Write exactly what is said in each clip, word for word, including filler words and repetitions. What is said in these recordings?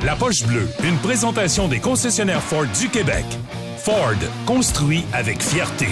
La Poche Bleue, une présentation des concessionnaires Ford du Québec. Ford, construit avec fierté.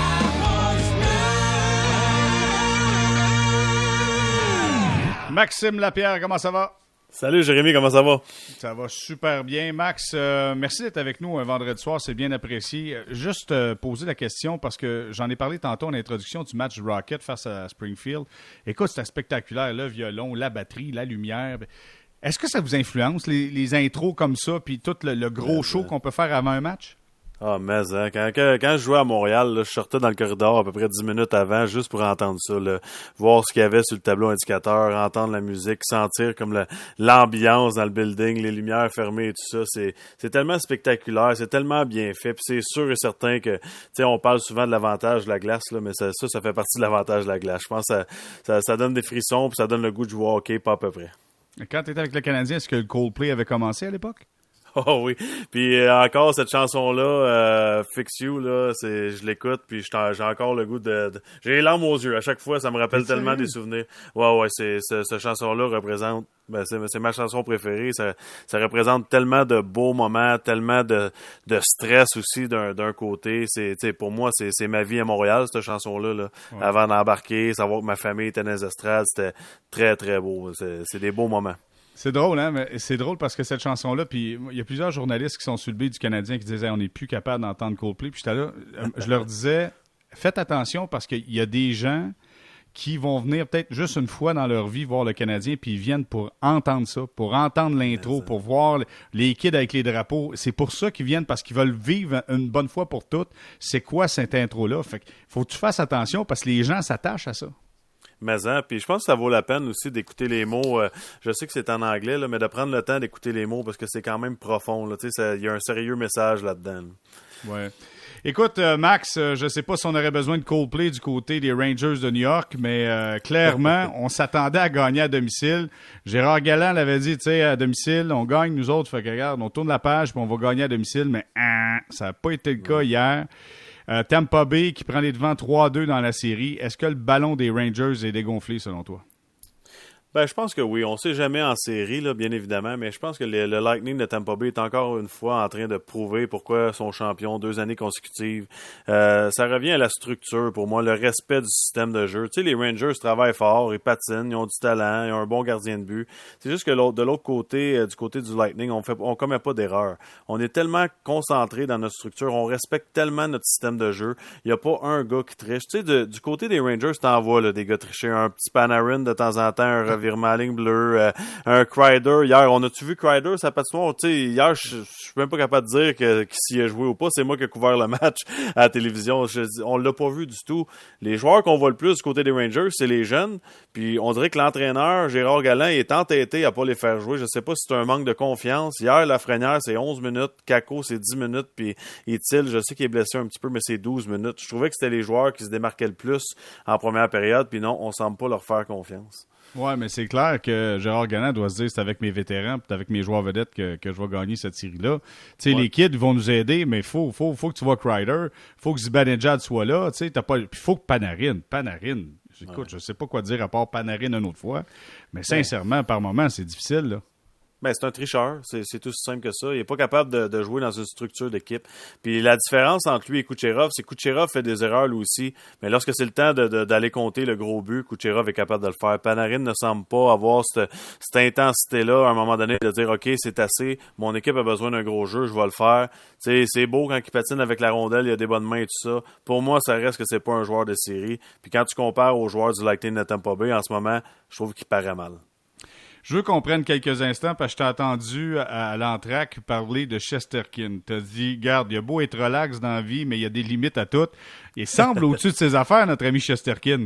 Maxime Lapierre, comment ça va? Salut Jérémy, comment ça va? Ça va super bien. Max, euh, merci d'être avec nous un vendredi soir, c'est bien apprécié. Juste euh, poser la question, parce que j'en ai parlé tantôt en introduction du match Rocket face à Springfield. Écoute, c'était spectaculaire, le violon, la batterie, la lumière. Est-ce que ça vous influence, les, les intros comme ça, puis tout le, le gros show qu'on peut faire avant un match? Ah, mais hein, quand, quand, quand je jouais à Montréal, là, je sortais dans le corridor à peu près dix minutes avant juste pour entendre ça, là, voir ce qu'il y avait sur le tableau indicateur, entendre la musique, sentir comme la, l'ambiance dans le building, les lumières fermées et tout ça. C'est, c'est tellement spectaculaire, c'est tellement bien fait. Puis c'est sûr et certain que, tu sais, on parle souvent de l'avantage de la glace, là, mais ça, ça, ça fait partie de l'avantage de la glace. Je pense que ça, ça, ça donne des frissons puis ça donne le goût de jouer au hockey, pas à peu près. Quand tu étais avec le Canadien, est-ce que le Coldplay avait commencé à l'époque? Oh oui. Puis euh, encore cette chanson-là, euh, Fix You, là, c'est, je l'écoute, puis j'ai encore le goût de, de... J'ai les larmes aux yeux. À chaque fois, ça me rappelle tellement des souvenirs. Ouais, ouais, c'est, c'est, cette chanson-là représente... Ben, c'est, c'est ma chanson préférée. Ça, ça représente tellement de beaux moments, tellement de, de stress aussi d'un, d'un côté. C'est, pour moi, c'est, c'est ma vie à Montréal, cette chanson-là. Là. Ouais. Avant d'embarquer, savoir que ma famille était dans les estrades, c'était très, très beau. C'est, c'est des beaux moments. C'est drôle, hein? Mais c'est drôle parce que cette chanson-là, puis il y a plusieurs journalistes qui sont sur le beat du Canadien qui disaient on n'est plus capable d'entendre Coldplay. Puis j'étais là, je leur disais faites attention parce qu'il y a des gens qui vont venir peut-être juste une fois dans leur vie voir le Canadien, puis ils viennent pour entendre ça, pour entendre l'intro, pour voir les kids avec les drapeaux. C'est pour ça qu'ils viennent, parce qu'ils veulent vivre une bonne fois pour toutes. C'est quoi cette intro-là? Fait qu'il faut que tu fasses attention parce que les gens s'attachent à ça. Mais hein, puis je pense que ça vaut la peine aussi d'écouter les mots. Euh, je sais que c'est en anglais, là, mais de prendre le temps d'écouter les mots parce que c'est quand même profond. Il y a un sérieux message là-dedans. Là. Ouais. Écoute, euh, Max, euh, je sais pas si on aurait besoin de Coldplay du côté des Rangers de New York, mais euh, clairement, on s'attendait à gagner à domicile. Gérard Galland l'avait dit, tu sais, à domicile, on gagne nous autres. Fait que regarde, on tourne la page puis on va gagner à domicile, mais hein, ça n'a pas été le cas ouais. hier. Euh, Tampa Bay qui prend les devants trois à deux dans la série. Est-ce que le ballon des Rangers est dégonflé selon toi? Ben, je pense que oui. On ne sait jamais en série, là, bien évidemment, mais je pense que le, le Lightning de Tampa Bay est encore une fois en train de prouver pourquoi ils sont champions deux années consécutives. Euh, ça revient à la structure, pour moi, le respect du système de jeu. Tu sais, les Rangers travaillent fort, ils patinent, ils ont du talent, ils ont un bon gardien de but. C'est juste que l'autre, de l'autre côté, euh, du côté du Lightning, on fait, on commet pas d'erreur. On est tellement concentré dans notre structure, on respecte tellement notre système de jeu. Il n'y a pas un gars qui triche. Tu sais, de, du côté des Rangers, t'en vois là, des gars tricher, un petit Panarin de temps en temps, un revirement à ligne bleue, euh, un Kreider. Hier, on a-tu vu Kreider, sa patinoire? Tu sais, hier, je suis même pas capable de dire que, qu'il s'y a joué ou pas. C'est moi qui ai couvert le match à la télévision. Je, on l'a pas vu du tout. Les joueurs qu'on voit le plus du côté des Rangers, c'est les jeunes. Puis on dirait que l'entraîneur, Gérard Galland, est entêté à pas les faire jouer. Je sais pas si c'est un manque de confiance. Hier, Lafrenière, c'est onze minutes. Kako, c'est dix minutes. Puis Etil, je sais qu'il est blessé un petit peu, mais c'est douze minutes. Je trouvais que c'était les joueurs qui se démarquaient le plus en première période. Puis non, on semble pas leur faire confiance. Oui, mais c'est clair que Gérard Galland doit se dire c'est avec mes vétérans et avec mes joueurs vedettes que, que je vais gagner cette série-là. Tu sais, ouais. Les kids vont nous aider, mais il faut, faut, faut que tu vois Kreider, il faut que Zibanejad soit là. Tu sais, t'as pas, il faut que Panarin, Panarin, écoute, ouais. je sais pas quoi dire à part Panarin une autre fois, mais sincèrement, ouais. par moment, c'est difficile, là. Ben, c'est un tricheur, c'est, c'est tout simple que ça. Il est pas capable de, de jouer dans une structure d'équipe. Puis la différence entre lui et Kucherov, c'est que Kucherov fait des erreurs lui aussi, mais lorsque c'est le temps de, de, d'aller compter le gros but, Kucherov est capable de le faire. Panarin ne semble pas avoir cette, cette intensité-là à un moment donné de dire « OK, c'est assez, mon équipe a besoin d'un gros jeu, je vais le faire. » T'sais, c'est beau quand il patine avec la rondelle, il a des bonnes mains et tout ça. Pour moi, ça reste que c'est pas un joueur de série. Puis quand tu compares aux joueurs du Lightning de Tampa Bay en ce moment, je trouve qu'il paraît mal. Je veux qu'on prenne quelques instants parce que je t'ai entendu à, à l'entraque parler de Shesterkin. Tu as dit, garde, il a beau être relax dans la vie, mais il y a des limites à tout. Il semble au-dessus de ses affaires, notre ami Shesterkin.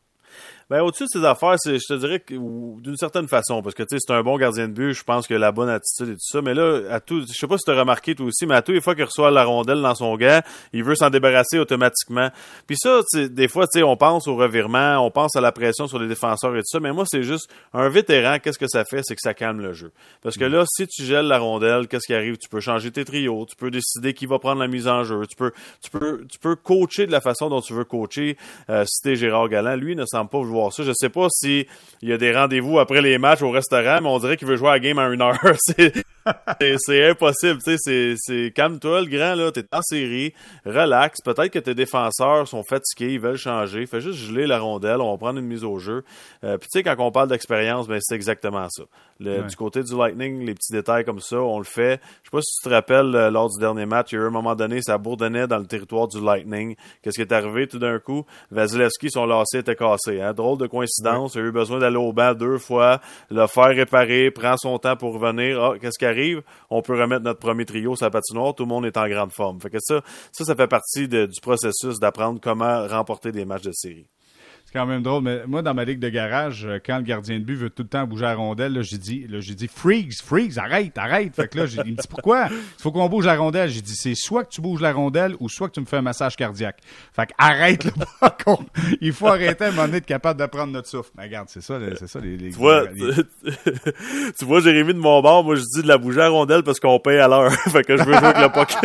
Ben, au-dessus de ses affaires, c'est, je te dirais que, d'une certaine façon, parce que, tu sais, c'est un bon gardien de but, je pense qu'il a la bonne attitude et tout ça, mais là, à tout, je sais pas si tu as remarqué toi aussi, mais à tous les fois qu'il reçoit la rondelle dans son gant, il veut s'en débarrasser automatiquement. Puis ça, des fois, tu sais, on pense au revirement, on pense à la pression sur les défenseurs et tout ça, mais moi, c'est juste, un vétéran, qu'est-ce que ça fait? C'est que ça calme le jeu. Parce que là, si tu gèles la rondelle, qu'est-ce qui arrive? Tu peux changer tes trios, tu peux décider qui va prendre la mise en jeu, tu peux, tu peux, tu peux coacher de la façon dont tu veux coacher, euh, si t'es Gérard Galland. Lui, il ne semble pas vouloir voir ça. Je sais pas si il y a des rendez-vous après les matchs au restaurant, mais on dirait qu'il veut jouer à la game à une heure. c'est, c'est, c'est impossible. Tu sais, c'est, c'est calme-toi, le grand, là. T'es en série. Relax. Peut-être que tes défenseurs sont fatigués, ils veulent changer. Fais juste geler la rondelle. On va prendre une mise au jeu. Euh, Puis tu sais, quand on parle d'expérience, ben c'est exactement ça. Le, ouais. Du côté du Lightning, les petits détails comme ça, on le fait. Je sais pas si tu te rappelles, euh, lors du dernier match, il y a eu un moment donné, ça bourdonnait dans le territoire du Lightning. Qu'est-ce qui est arrivé tout d'un coup? Vasilevski, son lacet était cassé. Hein? Drôle de coïncidence. Ouais. Il a eu besoin d'aller au banc deux fois, le faire réparer, prend son temps pour revenir. Ah, qu'est-ce qui arrive? On peut remettre notre premier trio sur la patinoire. Tout le monde est en grande forme. Fait que ça, ça, ça fait partie de, du processus d'apprendre comment remporter des matchs de série. C'est quand même drôle, mais moi, dans ma ligue de garage, quand le gardien de but veut tout le temps bouger la rondelle, là, j'ai dit, là, j'ai dit, freeze, freeze, arrête, arrête. Fait que là, j'ai, il me dit, pourquoi? Il faut qu'on bouge la rondelle. J'ai dit, c'est soit que tu bouges la rondelle ou soit que tu me fais un massage cardiaque. Fait que arrête, là, par contre. Il faut arrêter à un moment donné d'être capable de prendre notre souffle. Mais regarde, c'est ça, c'est ça, les, les, tu vois, les... tu vois, Jérémy de mon bord, moi, je dis de la bouger la rondelle parce qu'on paye à l'heure. Fait que je veux jouer avec le puck.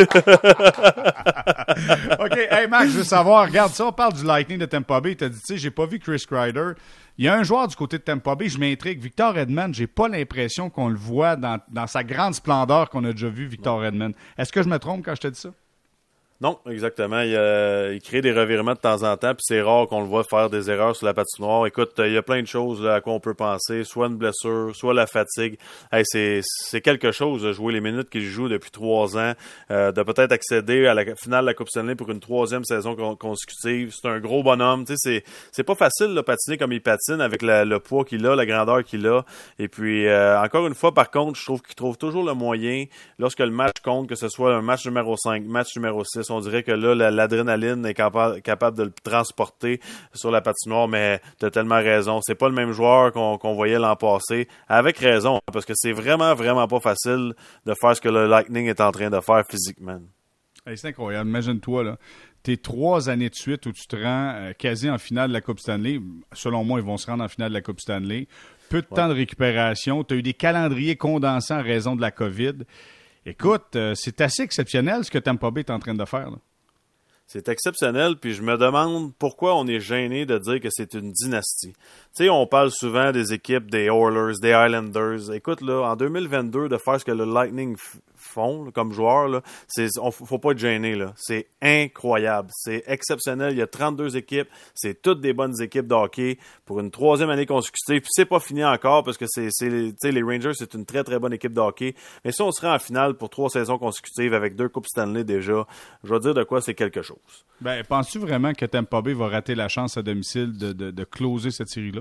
OK, hey, Max, je veux savoir, regarde ça, on parle du Lightning de Tampa Bay. T'as dit, tu sais, j'ai pas vu Chris Kreider. Il y a un joueur du côté de Tampa Bay, je m'intrigue, Victor Hedman, j'ai pas l'impression qu'on le voit dans, dans sa grande splendeur qu'on a déjà vu, Victor Hedman. Est-ce que je me trompe quand je te dis ça? Non, exactement. Il, euh, il crée des revirements de temps en temps, puis c'est rare qu'on le voit faire des erreurs sur la patinoire. Écoute, il y a plein de choses là, à quoi on peut penser, soit une blessure, soit la fatigue. Hey, c'est, c'est quelque chose de jouer les minutes qu'il joue depuis trois ans, euh, de peut-être accéder à la finale de la Coupe Stanley pour une troisième saison consécutive. C'est un gros bonhomme. Tu sais, c'est, c'est pas facile de patiner comme il patine avec la, le poids qu'il a, la grandeur qu'il a. Et puis, euh, encore une fois, par contre, je trouve qu'il trouve toujours le moyen, lorsque le match compte, que ce soit un match numéro cinq, match numéro six, on dirait que là, la, l'adrénaline est capa- capable de le transporter sur la patinoire, mais tu as tellement raison. C'est pas le même joueur qu'on, qu'on voyait l'an passé. Avec raison, parce que c'est vraiment, vraiment pas facile de faire ce que le Lightning est en train de faire physiquement. Hey, c'est incroyable. Imagine-toi, là. T'es trois années de suite où tu te rends euh, quasi en finale de la Coupe Stanley. Selon moi, ils vont se rendre en finale de la Coupe Stanley. Peu de ouais. temps de récupération. Tu as eu des calendriers condensés en raison de la COVID. Écoute, euh, c'est assez exceptionnel ce que Tampa Bay est en train de faire, là. C'est exceptionnel, puis je me demande pourquoi on est gêné de dire que c'est une dynastie. Tu sais, on parle souvent des équipes des Oilers, des Islanders. Écoute, là, en deux mille vingt-deux, de faire ce que le Lightning f- font là, comme joueur, là, c'est, on, faut pas être gêné, là. C'est incroyable. C'est exceptionnel. Il y a trente-deux équipes. C'est toutes des bonnes équipes de hockey pour une troisième année consécutive. Puis c'est pas fini encore parce que c'est, c'est tu sais, les Rangers, c'est une très, très bonne équipe de hockey. Mais si on serait en finale pour trois saisons consécutives avec deux Coupes Stanley déjà, je vais dire de quoi c'est quelque chose. Ben, penses-tu vraiment que Tampa Bay va rater la chance à domicile de, de, de closer cette série-là?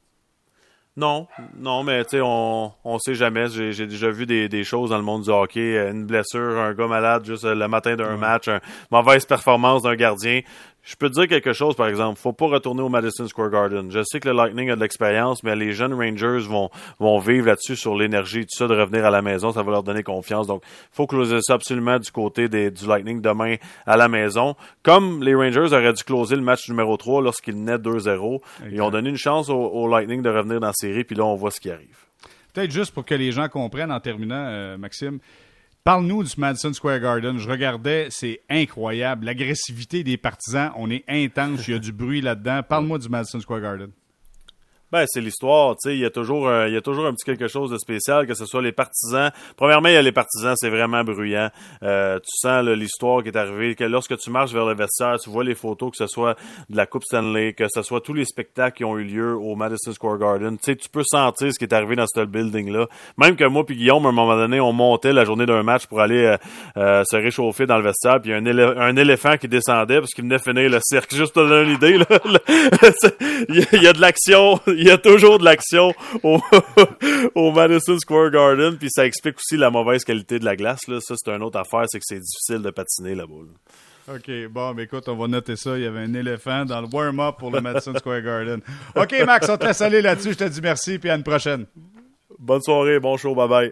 Non, non, mais tu sais, on on sait jamais. J'ai, j'ai déjà vu des, des choses dans le monde du hockey. Une blessure, un gars malade juste le matin d'un ouais. match, une mauvaise performance d'un gardien. Je peux te dire quelque chose, par exemple. Faut pas retourner au Madison Square Garden. Je sais que le Lightning a de l'expérience, mais les jeunes Rangers vont vont vivre là-dessus sur l'énergie, tout ça, de revenir à la maison. Ça va leur donner confiance. Donc, faut closer ça absolument du côté des, du Lightning demain à la maison. Comme les Rangers auraient dû closer le match numéro trois lorsqu'ils menaient deux zéro. Exact. Ils ont donné une chance au, au Lightning de revenir dans la série, puis là, on voit ce qui arrive. Peut-être juste pour que les gens comprennent, en terminant, euh, Maxime, parle-nous du Madison Square Garden. Je regardais, c'est incroyable. L'agressivité des partisans, on est intense, il y a du bruit là-dedans. Parle-moi du Madison Square Garden. Ben, c'est l'histoire, tu sais, il y a toujours euh, il y a toujours un petit quelque chose de spécial, que ce soit les partisans. Premièrement, il y a les partisans, c'est vraiment bruyant. Euh, tu sens là, l'histoire qui est arrivée, que lorsque tu marches vers le vestiaire, tu vois les photos, que ce soit de la Coupe Stanley, que ce soit tous les spectacles qui ont eu lieu au Madison Square Garden. Tu sais, tu peux sentir ce qui est arrivé dans ce building-là. Même que moi puis Guillaume, à un moment donné, on montait la journée d'un match pour aller euh, euh, se réchauffer dans le vestiaire, puis il y a un, élé- un éléphant qui descendait parce qu'il venait finir le cirque. Juste pour donner l'idée, là. Il y a de l'action. Il y a toujours de l'action au, au Madison Square Garden, puis ça explique aussi la mauvaise qualité de la glace, là. Ça, c'est une autre affaire, c'est que c'est difficile de patiner là-bas, là. OK, bon, mais écoute, on va noter ça. Il y avait un éléphant dans le warm-up pour le Madison Square Garden. OK, Max, on te laisse aller là-dessus. Je te dis merci, puis à une prochaine. Bonne soirée, bon show, bye-bye.